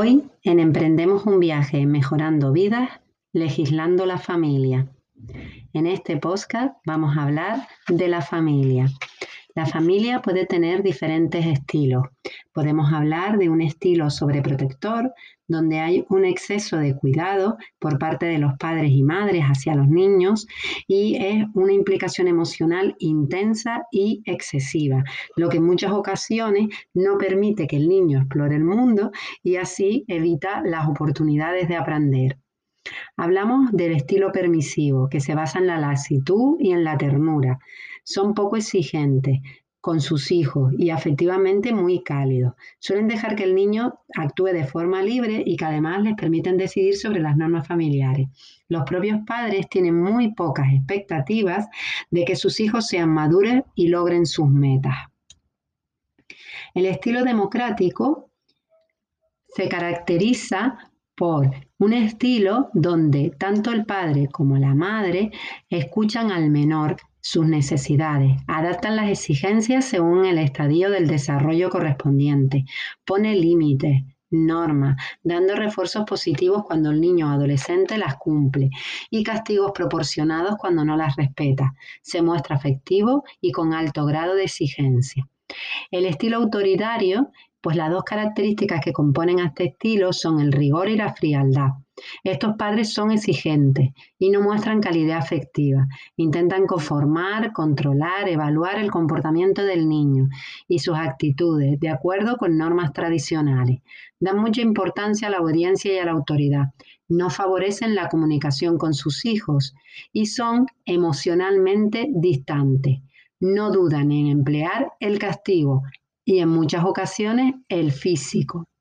Hoy en Emprendemos un viaje mejorando vidas, legislando la familia. En este podcast vamos a hablar de la familia. La familia puede tener diferentes estilos. Podemos hablar de un estilo sobreprotector, donde hay un exceso de cuidado por parte de los padres y madres hacia los niños y es una implicación emocional intensa y excesiva, lo que en muchas ocasiones no permite que el niño explore el mundo y así evita las oportunidades de aprender. Hablamos del estilo permisivo, que se basa en la laxitud y en la ternura. Son poco exigentes con sus hijos y afectivamente muy cálidos. Suelen dejar que el niño actúe de forma libre y que además les permiten decidir sobre las normas familiares. Los propios padres tienen muy pocas expectativas de que sus hijos sean maduros y logren sus metas. El estilo democrático se caracteriza por un estilo donde tanto el padre como la madre escuchan al menor sus necesidades, adaptan las exigencias según el estadio del desarrollo correspondiente, pone límites, normas, dando refuerzos positivos cuando el niño o adolescente las cumple y castigos proporcionados cuando no las respeta. Se muestra afectivo y con alto grado de exigencia. El estilo autoritario, pues las dos características que componen a este estilo son el rigor y la frialdad. Estos padres son exigentes y no muestran calidad afectiva. Intentan conformar, controlar, evaluar el comportamiento del niño y sus actitudes de acuerdo con normas tradicionales. Dan mucha importancia a la obediencia y a la autoridad. No favorecen la comunicación con sus hijos y son emocionalmente distantes. No dudan en emplear el castigo y en muchas ocasiones el físico.